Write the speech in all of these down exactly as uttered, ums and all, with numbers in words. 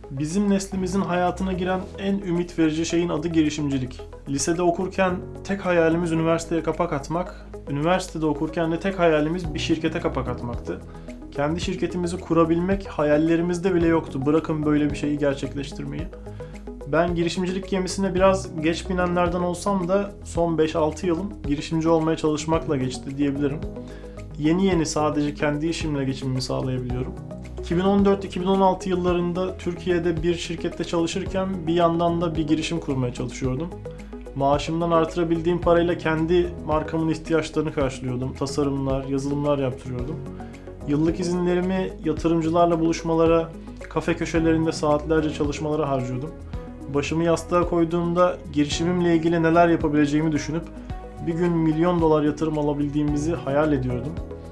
Bizim neslimizin hayatına giren en ümit verici şeyin adı girişimcilik. Lisede okurken tek hayalimiz üniversiteye kapak atmak, üniversitede okurken de tek hayalimiz bir şirkete kapak atmaktı. Kendi şirketimizi kurabilmek hayallerimizde bile yoktu. Bırakın böyle bir şeyi gerçekleştirmeyi. Ben girişimcilik gemisine biraz geç binenlerden olsam da son beş altı yılım girişimci olmaya çalışmakla geçti diyebilirim. Yeni yeni sadece kendi işimle geçimimi sağlayabiliyorum. iki bin on dört iki bin on altı yıllarında Türkiye'de bir şirkette çalışırken bir yandan da bir girişim kurmaya çalışıyordum. Maaşımdan artırabildiğim parayla kendi markamın ihtiyaçlarını karşılıyordum. Tasarımlar, yazılımlar yaptırıyordum. Yıllık izinlerimi yatırımcılarla buluşmalara, kafe köşelerinde saatlerce çalışmalara harcıyordum. Başımı yastığa koyduğumda girişimimle ilgili neler yapabileceğimi düşünüp bir gün milyon dolar yatırım alabildiğimizi hayal ediyordum.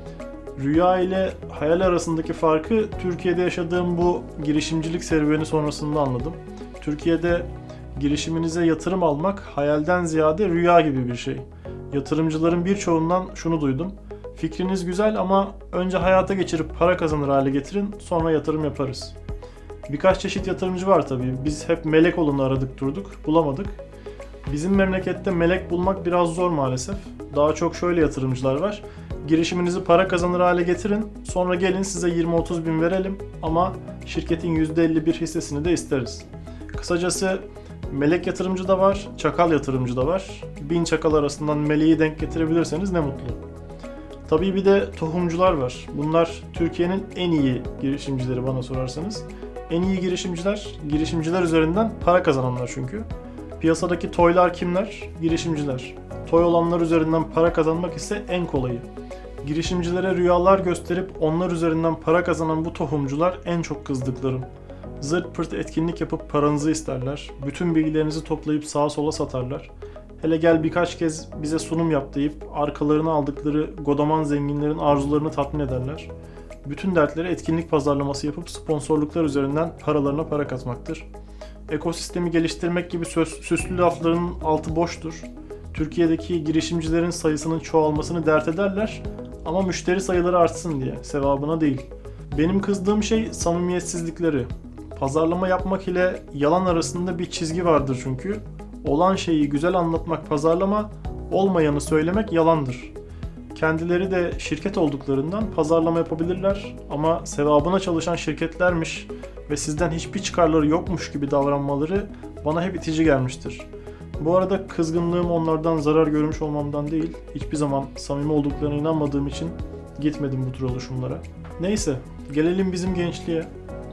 Rüya ile hayal arasındaki farkı Türkiye'de yaşadığım bu girişimcilik serüveni sonrasında anladım. Türkiye'de girişiminize yatırım almak hayalden ziyade rüya gibi bir şey. Yatırımcıların birçoğundan şunu duydum. Fikriniz güzel ama önce hayata geçirip para kazanır hale getirin, sonra yatırım yaparız. Birkaç çeşit yatırımcı var tabii. Biz hep melek olanı aradık durduk, bulamadık. Bizim memlekette melek bulmak biraz zor maalesef. Daha çok şöyle yatırımcılar var. Girişiminizi para kazanır hale getirin, sonra gelin size yirmi otuz bin verelim ama şirketin yüzde elli bir hissesini de isteriz. Kısacası melek yatırımcı da var, çakal yatırımcı da var. Bin çakal arasından meleği denk getirebilirseniz ne mutlu. Tabii bir de tohumcular var. Bunlar Türkiye'nin en iyi girişimcileri bana sorarsanız. En iyi girişimciler, girişimciler üzerinden para kazananlar çünkü. Piyasadaki toylar kimler? Girişimciler. Toy olanlar üzerinden para kazanmak ise en kolayı. Girişimcilere rüyalar gösterip onlar üzerinden para kazanan bu tohumcular en çok kızdıklarım. Zırt pırt etkinlik yapıp paranızı isterler. Bütün bilgilerinizi toplayıp sağa sola satarlar. Hele gel birkaç kez bize sunum yap deyip arkalarına aldıkları godaman zenginlerin arzularını tatmin ederler. Bütün dertleri etkinlik pazarlaması yapıp sponsorluklar üzerinden paralarına para katmaktır. Ekosistemi geliştirmek gibi söz, süslü lafların altı boştur. Türkiye'deki girişimcilerin sayısının çoğalmasını dert ederler ama müşteri sayıları artsın diye, sevabına değil. Benim kızdığım şey samimiyetsizlikleri. Pazarlama yapmak ile yalan arasında bir çizgi vardır çünkü. Olan şeyi güzel anlatmak pazarlama, olmayanı söylemek yalandır. Kendileri de şirket olduklarından pazarlama yapabilirler ama sevabına çalışan şirketlermiş ve sizden hiçbir çıkarları yokmuş gibi davranmaları bana hep itici gelmiştir. Bu arada kızgınlığım onlardan zarar görmüş olmamdan değil, hiçbir zaman samimi olduklarına inanmadığım için gitmedim bu tür oluşumlara. Neyse, gelelim bizim gençliğe.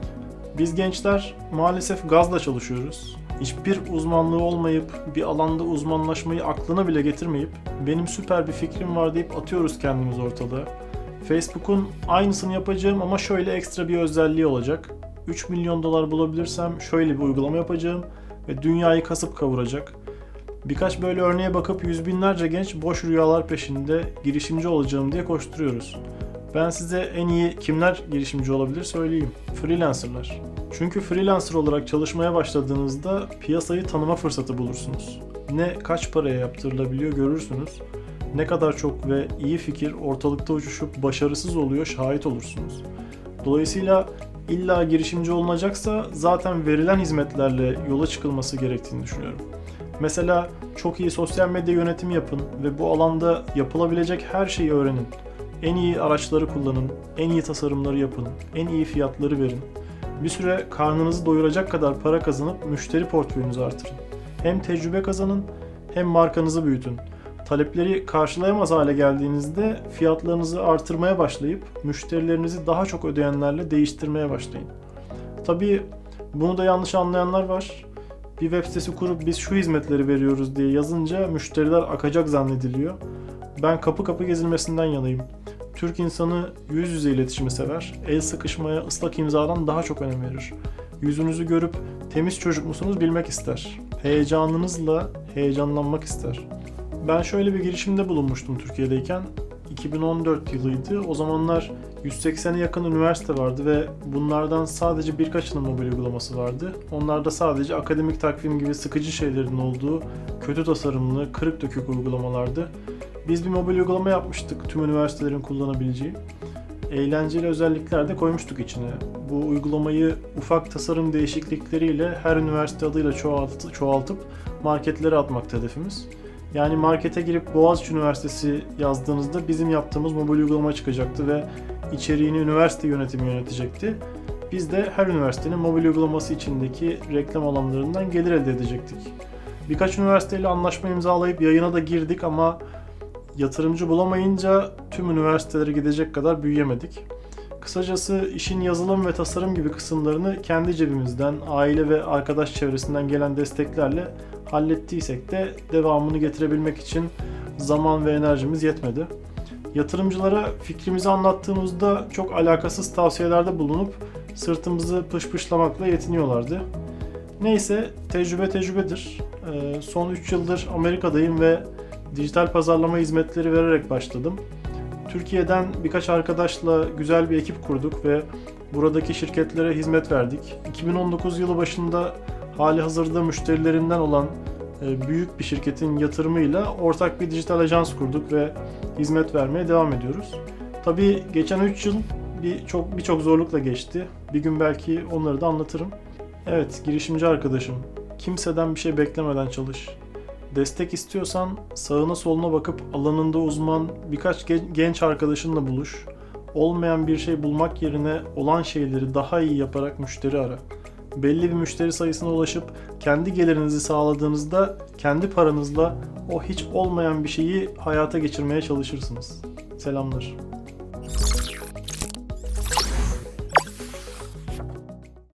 Biz gençler maalesef gazla çalışıyoruz. Hiçbir uzmanlığı olmayıp bir alanda uzmanlaşmayı aklına bile getirmeyip benim süper bir fikrim var deyip atıyoruz kendimizi ortalığa. Facebook'un aynısını yapacağım ama şöyle ekstra bir özelliği olacak. üç milyon dolar bulabilirsem şöyle bir uygulama yapacağım ve dünyayı kasıp kavuracak. Birkaç böyle örneğe bakıp yüz binlerce genç boş rüyalar peşinde girişimci olacağım diye koşturuyoruz. Ben size en iyi kimler girişimci olabilir söyleyeyim. Freelancerlar. Çünkü freelancer olarak çalışmaya başladığınızda piyasayı tanıma fırsatı bulursunuz. Ne kaç paraya yaptırılabiliyor görürsünüz. Ne kadar çok ve iyi fikir ortalıkta uçuşup başarısız oluyor şahit olursunuz. Dolayısıyla illa girişimci olunacaksa zaten verilen hizmetlerle yola çıkılması gerektiğini düşünüyorum. Mesela çok iyi sosyal medya yönetimi yapın ve bu alanda yapılabilecek her şeyi öğrenin. En iyi araçları kullanın, en iyi tasarımları yapın, en iyi fiyatları verin. Bir süre karnınızı doyuracak kadar para kazanıp müşteri portföyünüzü artırın. Hem tecrübe kazanın hem markanızı büyütün. Talepleri karşılayamaz hale geldiğinizde fiyatlarınızı artırmaya başlayıp müşterilerinizi daha çok ödeyenlerle değiştirmeye başlayın. Tabii bunu da yanlış anlayanlar var. Bir web sitesi kurup biz şu hizmetleri veriyoruz diye yazınca müşteriler akacak zannediliyor. Ben kapı kapı gezilmesinden yanayım. Türk insanı yüz yüze iletişimi sever, el sıkışmaya ıslak imzadan daha çok önem verir. Yüzünüzü görüp temiz çocuk musunuz bilmek ister. Heyecanınızla heyecanlanmak ister. Ben şöyle bir girişimde bulunmuştum Türkiye'deyken. iki bin on dört yılıydı. O zamanlar yüz seksene yakın üniversite vardı ve bunlardan sadece birkaçının mobil uygulaması vardı. Onlar da sadece akademik takvim gibi sıkıcı şeylerin olduğu kötü tasarımlı, kırık dökük uygulamalardı. Biz bir mobil uygulama yapmıştık tüm üniversitelerin kullanabileceği. eğlenceli özellikler de koymuştuk içine. Bu uygulamayı ufak tasarım değişiklikleriyle her üniversite adıyla çoğalt çoğaltıp marketlere atmakta hedefimiz. Yani markete girip Boğaziçi Üniversitesi yazdığınızda bizim yaptığımız mobil uygulama çıkacaktı ve içeriğini üniversite yönetimi yönetecekti. Biz de her üniversitenin mobil uygulaması içindeki reklam alanlarından gelir elde edecektik. Birkaç üniversiteyle anlaşma imzalayıp yayına da girdik ama yatırımcı bulamayınca tüm üniversitelere gidecek kadar büyüyemedik. Kısacası işin yazılım ve tasarım gibi kısımlarını kendi cebimizden, aile ve arkadaş çevresinden gelen desteklerle hallettiysek de devamını getirebilmek için zaman ve enerjimiz yetmedi. Yatırımcılara fikrimizi anlattığımızda çok alakasız tavsiyelerde bulunup sırtımızı pışpışlamakla yetiniyorlardı. Neyse, tecrübe tecrübedir. Ee, son üç yıldır Amerika'dayım ve dijital pazarlama hizmetleri vererek başladım. Türkiye'den birkaç arkadaşla güzel bir ekip kurduk ve buradaki şirketlere hizmet verdik. iki bin on dokuz yılı başında hali hazırda müşterilerimden olan büyük bir şirketin yatırımıyla ortak bir dijital ajans kurduk ve hizmet vermeye devam ediyoruz. Tabii geçen üç yıl bir çok birçok zorlukla geçti. Bir gün belki onları da anlatırım. Evet, girişimci arkadaşım, kimseden bir şey beklemeden çalış. Destek istiyorsan sağına soluna bakıp alanında uzman birkaç genç arkadaşınla buluş. Olmayan bir şey bulmak yerine olan şeyleri daha iyi yaparak müşteri ara. Belli bir müşteri sayısına ulaşıp kendi gelirinizi sağladığınızda kendi paranızla o hiç olmayan bir şeyi hayata geçirmeye çalışırsınız. Selamlar.